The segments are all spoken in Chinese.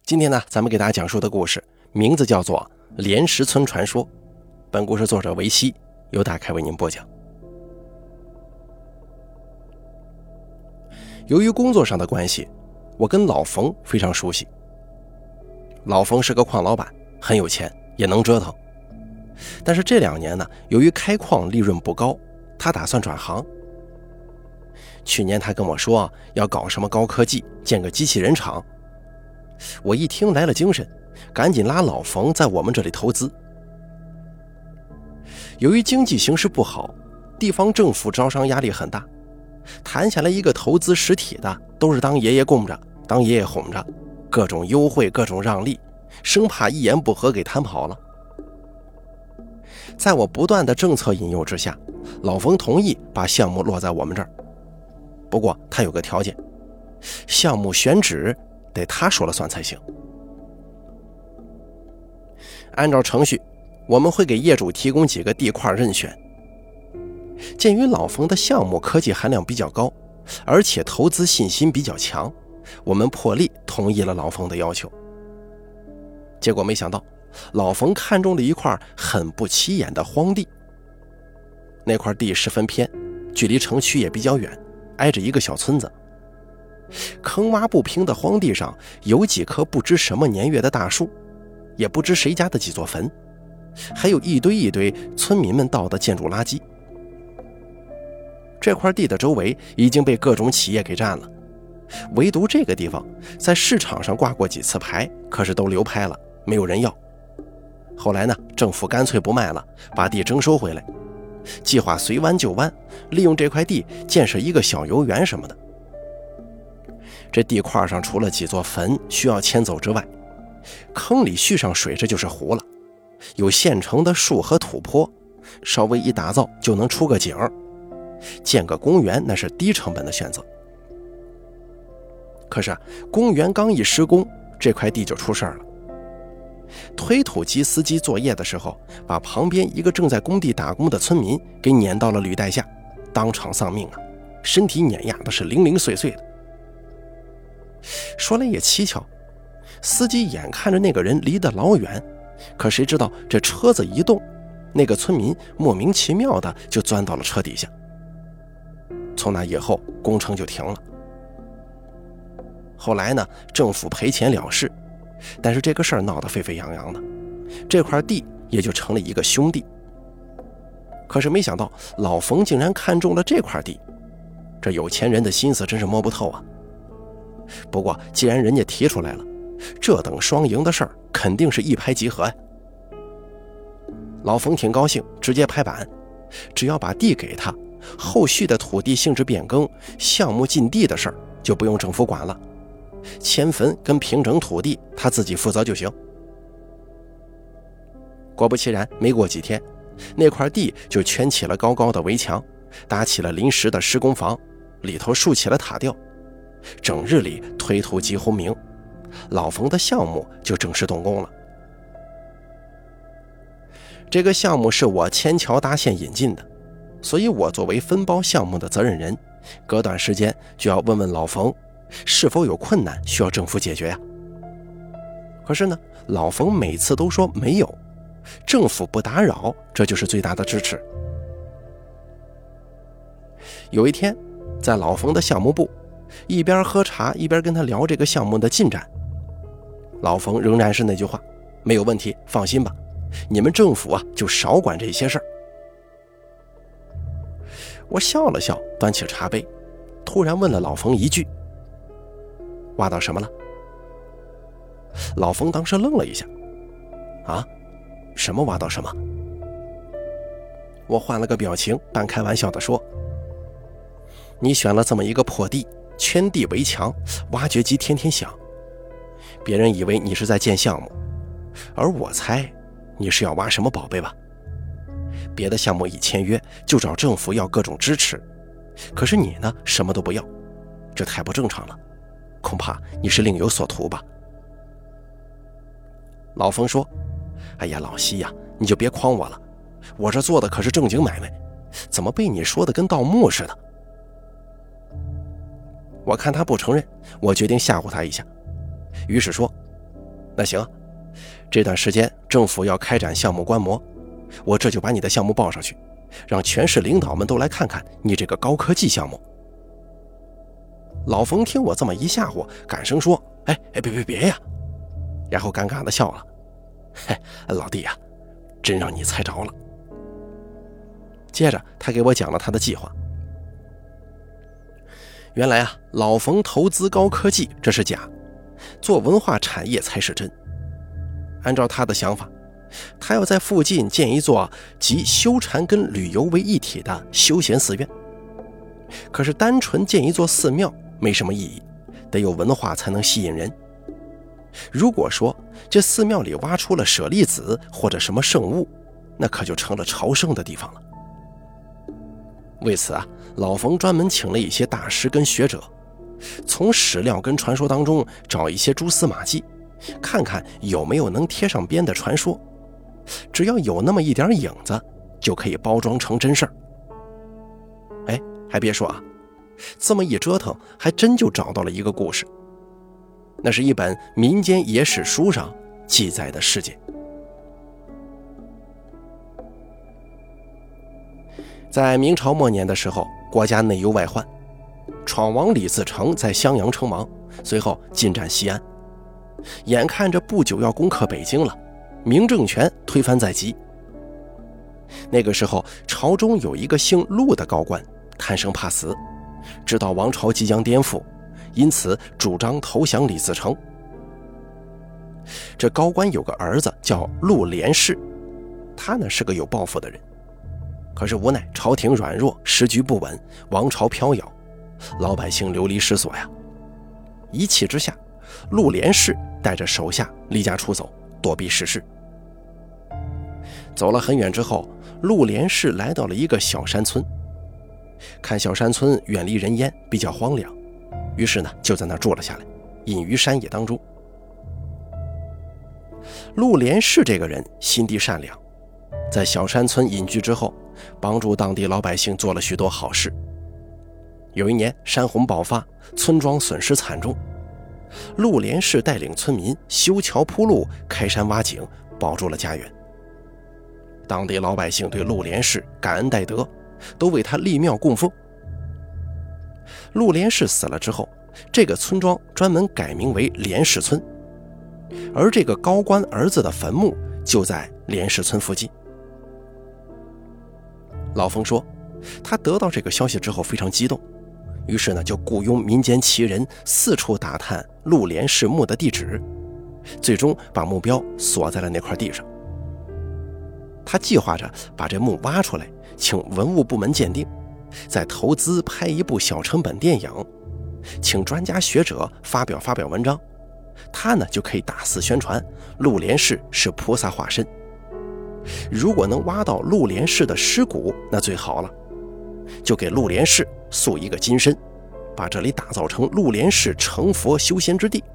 今天呢，咱们给大家讲述的故事名字叫做《莲石村传说》。本故事作者维希，由大开为您播讲。由于工作上的关系，我跟老冯非常熟悉。老冯是个矿老板，很有钱，也能折腾。但是这2年呢，由于开矿利润不高，他打算转行。去年他跟我说要搞什么高科技，建个机器人厂。我一听来了精神，赶紧拉老冯在我们这里投资。由于经济形势不好，地方政府招商压力很大，谈下来一个投资实体的都是当爷爷供着，当爷爷哄着，各种优惠，各种让利，生怕一言不合给谈跑了。在我不断的政策引诱之下，老冯同意把项目落在我们这儿。不过他有个条件，项目选址得他说了算才行。按照程序，我们会给业主提供几个地块任选。鉴于老冯的项目科技含量比较高，而且投资信心比较强，我们破例同意了老冯的要求。结果没想到，老冯看中了一块很不起眼的荒地。那块地十分偏，距离城区也比较远，挨着一个小村子。坑洼不平的荒地上有几棵不知什么年月的大树，也不知谁家的几座坟，还有一堆村民们倒的建筑垃圾。这块地的周围已经被各种企业给占了，唯独这个地方在市场上挂过几次牌，可是都流拍了，没有人要。后来呢，政府干脆不卖了，把地征收回来，计划随弯就弯，利用这块地建设一个小游园什么的。这地块上除了几座坟需要迁走之外，坑里蓄上水，这就是湖了。有现成的树和土坡，稍微一打造就能出个景。建个公园那是低成本的选择。可是公园刚一施工，这块地就出事了。推土机司机作业的时候，把旁边一个正在工地打工的村民给碾到了履带下，当场丧命啊，身体碾压的是零零碎碎的。说来也蹊跷，司机眼看着那个人离得老远，可谁知道这车子一动，那个村民莫名其妙的就钻到了车底下。从那以后工程就停了。后来呢，政府赔钱了事，但是这个事儿闹得沸沸扬扬的，这块地也就成了一个兄弟。可是没想到老冯竟然看中了这块地，这有钱人的心思真是摸不透啊。不过既然人家提出来了，这等双赢的事儿肯定是一拍即合呀。老冯挺高兴，直接拍板，只要把地给他，后续的土地性质变更、项目进地的事儿就不用政府管了，迁坟跟平整土地他自己负责就行。果不其然，没过几天，那块地就圈起了高高的围墙，搭起了临时的施工房，里头竖起了塔吊，整日里推土机轰鸣，老冯的项目就正式动工了。这个项目是我牵桥搭线引进的，所以我作为分包项目的责任人，隔段时间就要问问老冯是否有困难需要政府解决呀。可是呢，老冯每次都说没有，政府不打扰，这就是最大的支持。有一天在老冯的项目部，一边喝茶一边跟他聊这个项目的进展，老冯仍然是那句话，没有问题，放心吧，你们政府啊就少管这些事儿。我笑了笑，端起茶杯，突然问了老冯一句：挖到什么了？老冯当时愣了一下，啊，什么挖到什么？我换了个表情，半开玩笑地说：你选了这么一个破地，圈地围墙，挖掘机天天响，别人以为你是在建项目，而我猜你是要挖什么宝贝吧？别的项目一签约就找政府要各种支持，可是你呢，什么都不要，这太不正常了，恐怕你是另有所图吧？老冯说：哎呀，老西呀，你就别诓我了，我这做的可是正经买卖，怎么被你说的跟盗墓似的？我看他不承认，我决定吓唬他一下，于是说： 那行，这段时间政府要开展项目观摩，我这就把你的项目报上去，让全市领导们都来看看你这个高科技项目。老冯听我这么一吓唬，赶声说：别呀，然后尴尬地笑了。老弟呀，真让你猜着了。接着他给我讲了他的计划。原来啊，老冯投资高科技这是假，做文化产业才是真。按照他的想法，他要在附近建一座集修禅跟旅游为一体的休闲寺院。可是单纯建一座寺庙没什么意义，得有文化才能吸引人。如果说这寺庙里挖出了舍利子或者什么圣物，那可就成了朝圣的地方了。为此啊，老冯专门请了一些大师跟学者，从史料跟传说当中找一些蛛丝马迹，看看有没有能贴上边的传说，只要有那么一点影子，就可以包装成真事儿。还别说啊，这么一折腾，还真就找到了一个故事。那是一本民间野史书上记载的事件。在明朝末年的时候，国家内忧外患，闯王李自成在襄阳称王，随后进占西安，眼看着不久要攻克北京了，明政权推翻在即。那个时候，朝中有一个姓陆的高官，贪生怕死，知道王朝即将颠覆，因此主张投降李自成。这高官有个儿子叫陆连氏，他呢是个有抱负的人，可是无奈朝廷软弱，时局不稳，王朝飘摇，老百姓流离失所呀。一气之下，陆连氏带着手下离家出走，躲避世事。走了很远之后，陆连氏来到了一个小山村，看小山村远离人烟，比较荒凉，于是呢就在那儿住了下来，隐于山野当中。陆连氏这个人心地善良，在小山村隐居之后，帮助当地老百姓做了许多好事。有一年山洪爆发，村庄损失惨重，陆连氏带领村民修桥铺路，开山挖井，保住了家园。当地老百姓对陆连氏感恩戴德，都为他立庙供奉。陆连氏死了之后，这个村庄专门改名为连氏村，而这个高官儿子的坟墓就在连氏村附近。老冯说，他得到这个消息之后非常激动，于是呢就雇佣民间奇人四处打探陆连氏墓的地址，最终把目标锁在了那块地上。他计划着把这墓挖出来，请文物部门鉴定，再投资拍一部小成本电影，请专家学者发表文章，他呢就可以大肆宣传陆连氏是菩萨化身。如果能挖到陆连氏的尸骨，那最好了，就给陆连氏塑一个金身，把这里打造成陆连氏成佛修仙之地。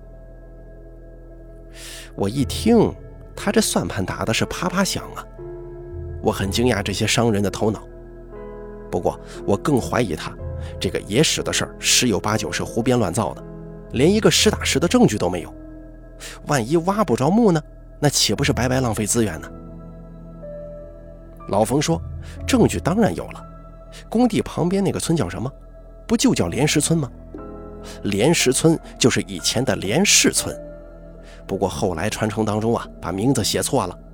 我一听，他这算盘打的是啪啪响啊！我很惊讶这些商人的头脑，不过我更怀疑他这个野史的事儿十有八九是胡编乱造的，连一个实打实的证据都没有。万一挖不着墓呢，那岂不是白白浪费资源呢？老冯说，证据当然有了，工地旁边那个村叫什么？不就叫连石村吗？连石村就是以前的连氏村，不过后来传承当中啊，把名字写错了。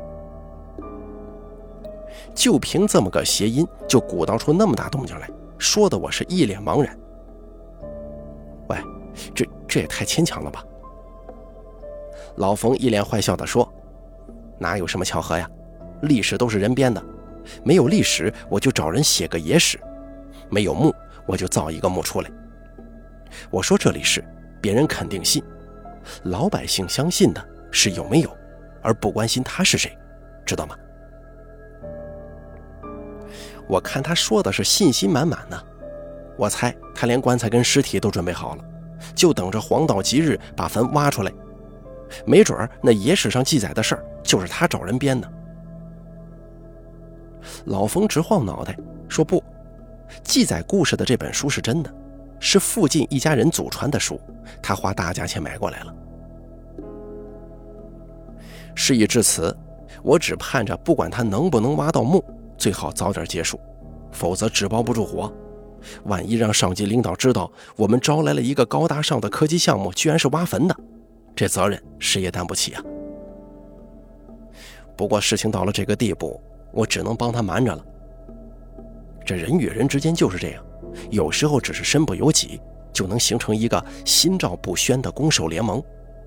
就凭这么个谐音，就鼓捣出那么大动静来，说的我是一脸茫然。喂，这也太牵强了吧？老冯一脸坏笑地说，哪有什么巧合呀？历史都是人编的，没有历史我就找人写个野史，没有墓我就造一个墓出来。我说这里是，别人肯定信，老百姓相信的是有没有，而不关心他是谁，知道吗？我看他说的是信心满满呢，我猜他连棺材跟尸体都准备好了，就等着黄道吉日把坟挖出来，没准那野史上记载的事儿就是他找人编的。老冯直晃脑袋说，不，记载故事的这本书是真的，是附近一家人祖传的书，他花大价钱买过来了。 事已至此，我只盼着不管他能不能挖到墓，最好早点结束，否则纸包不住火。万一让上级领导知道我们招来了一个高大上的科技项目，居然是挖坟的，这责任谁也担不起啊。不过事情到了这个地步，我只能帮他瞒着了。这人与人之间就是这样，有时候只是身不由己，就能形成一个心照不宣的攻守联盟。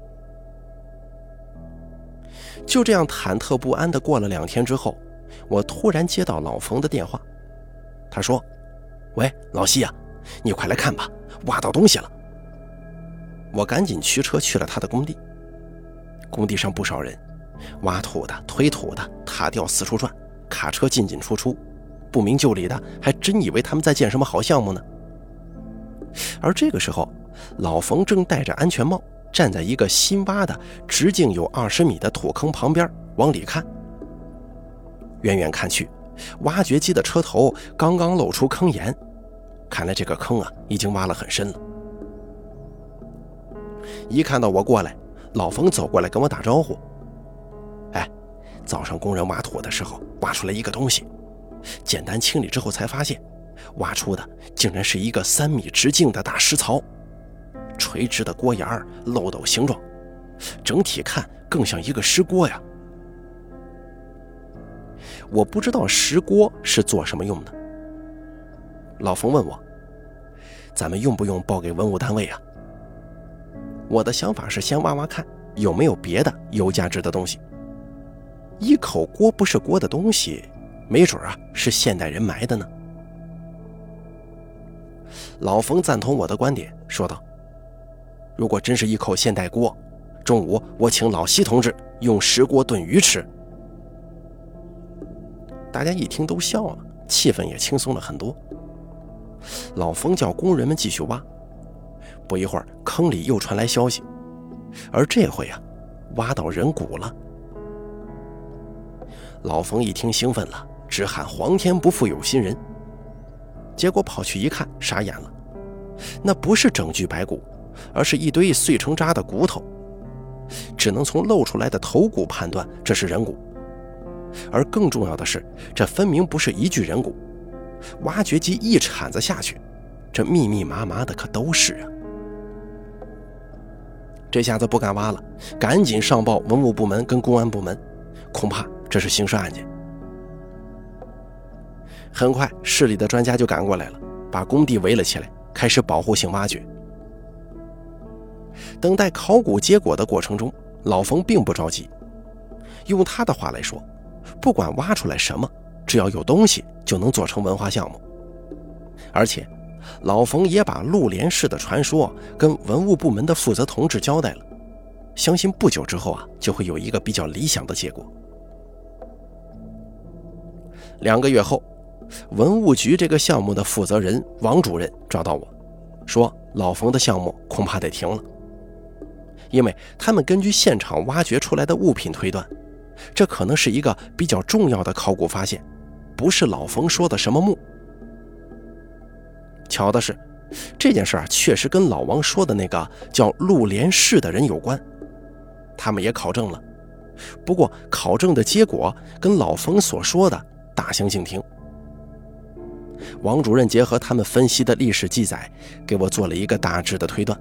就这样忐忑不安地过了2天之后，我突然接到老冯的电话。他说：喂，老西啊，你快来看吧，挖到东西了。我赶紧驱车去了他的工地。工地上不少人，挖土的、推土的、塔吊四处转，卡车进进出出，不明就里的还真以为他们在建什么好项目呢。而这个时候，老冯正戴着安全帽，站在一个新挖的直径有20米的土坑旁边往里看。远远看去，挖掘机的车头刚刚露出坑眼，看来这个坑啊已经挖了很深了。一看到我过来，老冯走过来跟我打招呼：哎，早上工人挖土的时候挖出来一个东西，简单清理之后才发现，挖出的竟然是一个3米直径的大石槽，垂直的锅沿儿，漏斗形状，整体看更像一个石锅呀。我不知道石锅是做什么用的。老冯问我：咱们用不用报给文物单位啊？我的想法是先挖挖看有没有别的有价值的东西。一口锅不是锅的东西，没准啊是现代人埋的呢。老冯赞同我的观点，说道：如果真是一口现代锅，中午我请老西同志用石锅炖鱼吃。大家一听都笑了，气氛也轻松了很多。老冯叫工人们继续挖，不一会儿坑里又传来消息，而这回啊，挖到人骨了。老冯一听兴奋了，直喊皇天不负有心人。结果跑去一看，傻眼了，那不是整具白骨，而是一堆碎成渣的骨头，只能从露出来的头骨判断这是人骨。而更重要的是，这分明不是一具人骨，挖掘机一铲子下去，这密密麻麻的可都是啊。这下子不敢挖了，赶紧上报文物部门跟公安部门，恐怕这是刑事案件。很快市里的专家就赶过来了，把工地围了起来，开始保护性挖掘。等待考古结果的过程中，老冯并不着急。用他的话来说，不管挖出来什么，只要有东西就能做成文化项目。而且老冯也把陆连氏的传说跟文物部门的负责同志交代了，相信不久之后啊，就会有一个比较理想的结果。2个月后，文物局这个项目的负责人王主任找到我，说老冯的项目恐怕得停了，因为他们根据现场挖掘出来的物品推断，这可能是一个比较重要的考古发现，不是老冯说的什么墓。巧的是，这件事确实跟老王说的那个叫陆连氏的人有关，他们也考证了，不过考证的结果跟老冯所说的大相径庭。王主任结合他们分析的历史记载，给我做了一个大致的推断。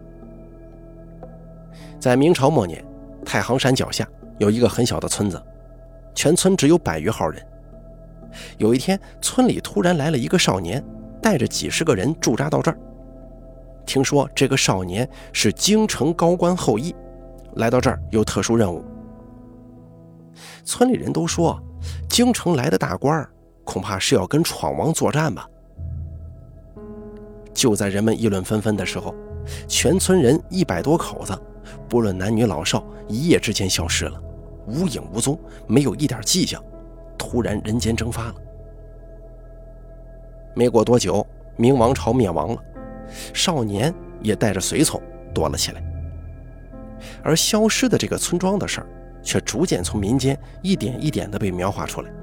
在明朝末年，太行山脚下有一个很小的村子，全村只有100余号人。有一天，村里突然来了一个少年，带着几十个人驻扎到这儿。听说这个少年是京城高官后裔，来到这儿有特殊任务。村里人都说，京城来的大官恐怕是要跟闯王作战吧。就在人们议论纷纷的时候，全村人100多口子，不论男女老少，一夜之间消失了，无影无踪，没有一点迹象，突然人间蒸发了。没过多久，明王朝灭亡了，少年也带着随从躲了起来。而消失的这个村庄的事儿，却逐渐从民间一点一点地被描画出来。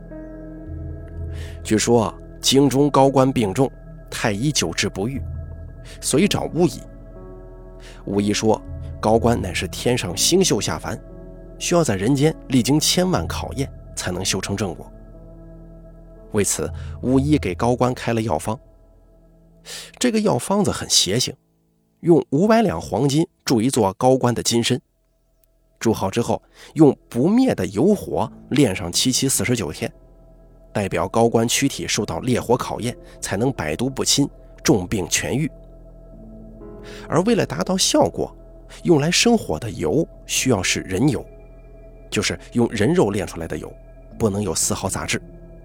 据说京中高官病重，太医久治不愈，所以找巫医。巫医说，高官乃是天上星宿下凡， 需要在人间历经千万考验才能修成正果。为此，巫医给高官开了药方。这个药方子很邪性，用500两黄金铸一座高官的金身，铸好之后，用不灭的油火炼上7期49天，代表高官躯体受到烈火考验，才能百毒不侵，重病痊愈。而为了达到效果，用来生火的油需要是人油，就是用人肉炼出来的油，不能有丝毫杂质。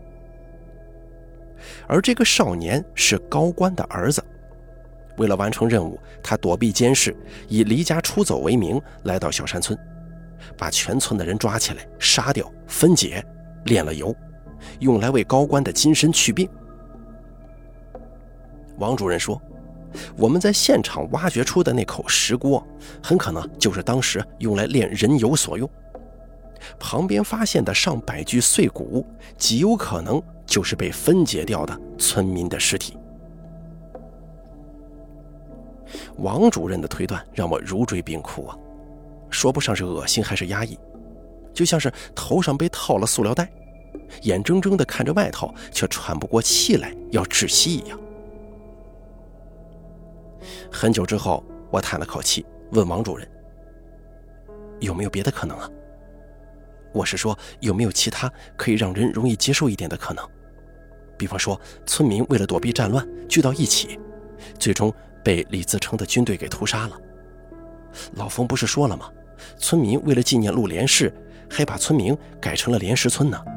而这个少年是高官的儿子，为了完成任务，他躲避监视，以离家出走为名来到小山村，把全村的人抓起来杀掉，分解炼了油，用来为高官的金身去病。王主任说，我们在现场挖掘出的那口石锅很可能就是当时用来炼人油所用，旁边发现的上百具碎骨极有可能就是被分解掉的村民的尸体。王主任的推断让我如坠冰窟啊，说不上是恶心还是压抑，就像是头上被套了塑料袋，眼睁睁地看着外头却喘不过气来要窒息一样。很久之后，我叹了口气，问王主任，有没有别的可能啊？我是说，有没有其他可以让人容易接受一点的可能？比方说，村民为了躲避战乱聚到一起，最终被李自成的军队给屠杀了。老冯不是说了吗？村民为了纪念陆连氏，还把村名改成了连石村呢。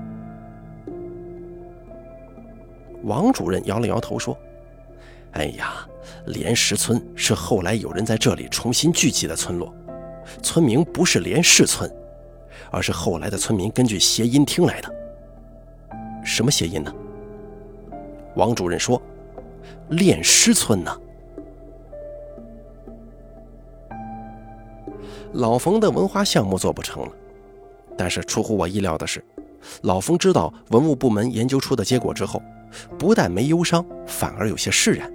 王主任摇了摇头说，哎呀，连石村是后来有人在这里重新聚集的村落，村名不是连氏村，而是后来的村民根据谐音听来的。什么谐音呢？王主任说，炼尸村呢。老冯的文化项目做不成了，但是出乎我意料的是，老冯知道文物部门研究出的结果之后，不但没忧伤，反而有些释然。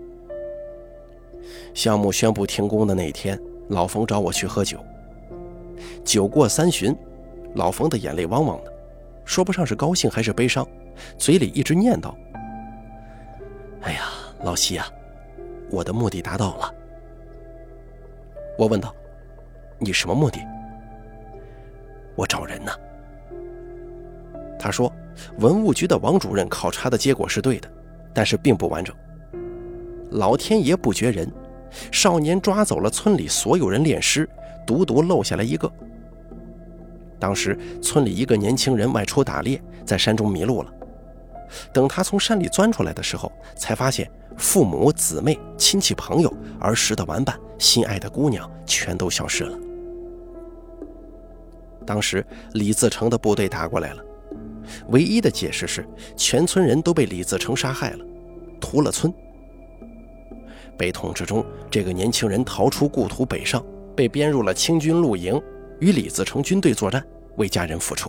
项目宣布停工的那天，老冯找我去喝酒。酒过3巡，老冯的眼泪汪汪的，说不上是高兴还是悲伤，嘴里一直念叨，哎呀，老西啊，我的目的达到了。我问道，你什么目的？我找人呢。他说，文物局的王主任考察的结果是对的，但是并不完整。老天爷不绝人，少年抓走了村里所有人炼尸，独独漏下来一个。当时村里一个年轻人外出打猎，在山中迷路了。等他从山里钻出来的时候，才发现父母、姊妹、亲戚朋友、儿时的玩伴、心爱的姑娘全都消失了。当时李自成的部队打过来了，唯一的解释是全村人都被李自成杀害了，屠了村。北统之中，这个年轻人逃出故土北上，被编入了清军陆营，与李自成军队作战，为家人付出。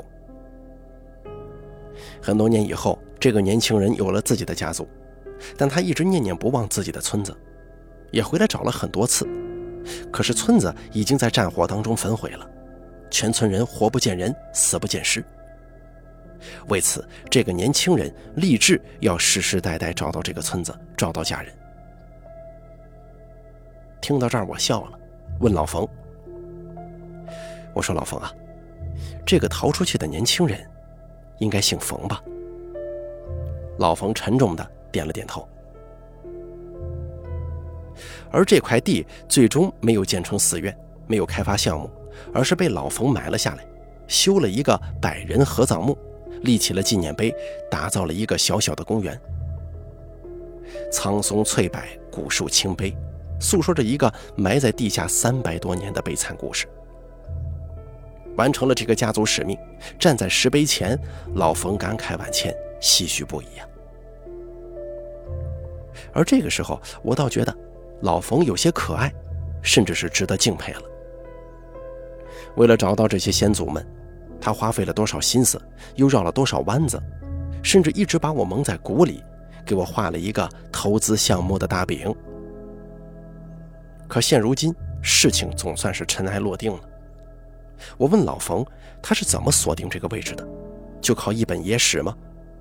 很多年以后，这个年轻人有了自己的家族，但他一直念念不忘自己的村子，也回来找了很多次，可是村子已经在战火当中焚毁了，全村人活不见人，死不见尸。为此，这个年轻人立志要世世代代找到这个村子，找到家人。听到这儿我笑了，问老冯，我说老冯啊，这个逃出去的年轻人应该姓冯吧？老冯沉重地点了点头。而这块地最终没有建成寺院，没有开发项目，而是被老冯买了下来，修了一个100人合葬墓，立起了纪念碑，打造了一个小小的公园。苍松翠柏，古树青碑，诉说着一个埋在地下300多年的悲惨故事。完成了这个家族使命，站在石碑前，老冯感慨万千，唏嘘不已啊。而这个时候，我倒觉得老冯有些可爱，甚至是值得敬佩了。为了找到这些先祖们，他花费了多少心思，又绕了多少弯子，甚至一直把我蒙在鼓里，给我画了一个投资项目的大饼。可现如今，事情总算是尘埃落定了。 我问老冯，他是怎么锁定这个位置的？就靠一本野史吗？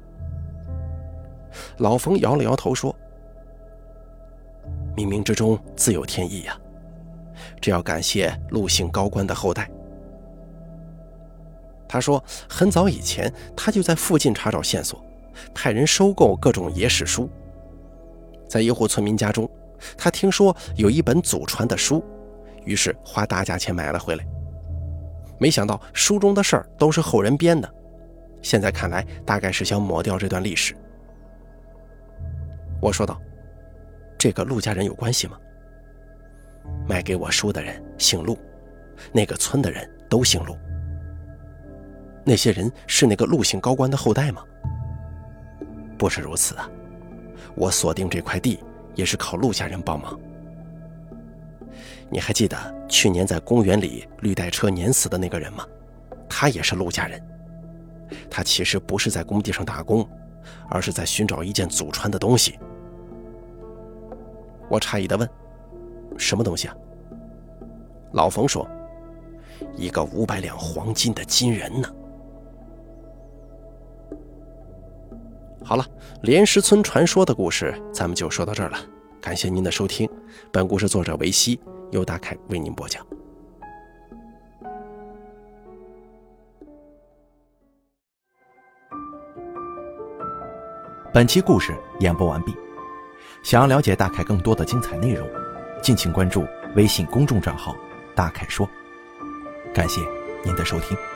老冯摇了摇头说，冥冥之中自有天意呀，这要感谢陆姓高官的后代。他说很早以前他就在附近查找线索，派人收购各种野史书。在一户村民家中，他听说有一本祖传的书，于是花大价钱买了回来。没想到书中的事儿都是后人编的，现在看来大概是想抹掉这段历史。我说道，这个陆家人有关系吗？卖给我书的人姓陆，那个村的人都姓陆。那些人是那个陆姓高官的后代吗？不是如此啊，我锁定这块地也是靠陆家人帮忙。你还记得去年在公园里绿带车碾死的那个人吗？他也是陆家人。他其实不是在工地上打工，而是在寻找一件祖传的东西。我诧异地问，什么东西啊？老冯说，一个500两黄金的金人呢。好了，莲石村传说的故事咱们就说到这儿了，感谢您的收听。本故事作者维希，由大凯为您播讲。 本期故事演播完毕，想要了解大凯更多的精彩内容，敬请关注微信公众账号大凯说。感谢您的收听。